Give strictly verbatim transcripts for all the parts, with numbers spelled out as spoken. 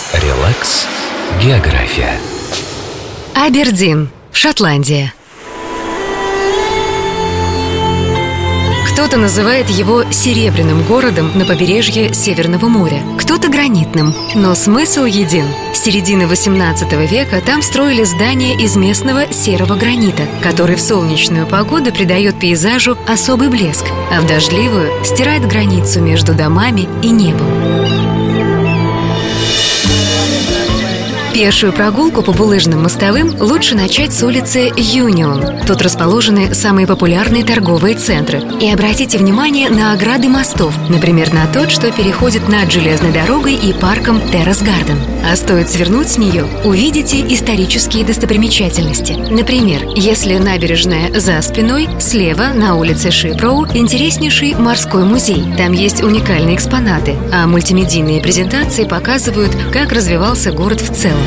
Релакс. География. Абердин, Шотландия. Кто-то называет его серебряным городом на побережье Северного моря, кто-то гранитным, но смысл един. С середины восемнадцатого века там строили здания из местного серого гранита, который в солнечную погоду придает пейзажу особый блеск, а в дождливую стирает границу между домами и небом. Пешую прогулку по булыжным мостовым лучше начать с улицы Юнион. Тут расположены самые популярные торговые центры. И обратите внимание на ограды мостов, например, на тот, что переходит над железной дорогой и парком Террас Гарден. А стоит свернуть с нее, увидите исторические достопримечательности. Например, если набережная за спиной, слева на улице Шипроу интереснейший морской музей. Там есть уникальные экспонаты, а мультимедийные презентации показывают, как развивался город в целом.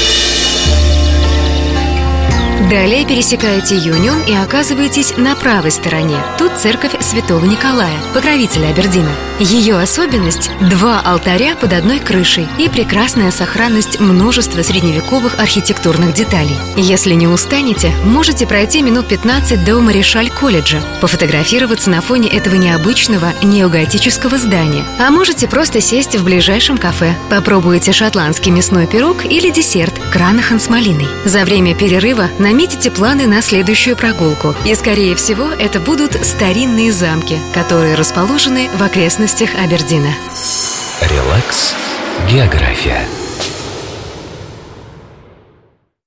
Далее пересекаете Юнион и оказываетесь на правой стороне. Тут церковь Святого Николая, покровителя Абердина. Ее особенность – два алтаря под одной крышей и прекрасная сохранность множества средневековых архитектурных деталей. Если не устанете, можете пройти минут пятнадцать до Маришаль-колледжа, пофотографироваться на фоне этого необычного неоготического здания. А можете просто сесть в ближайшем кафе. Попробуйте шотландский мясной пирог или десерт – кранахан с малиной. За время перерыва наметите планы на следующую прогулку. И, скорее всего, это будут старинные замки, которые расположены в окрестностях Абердина. Релакс. География.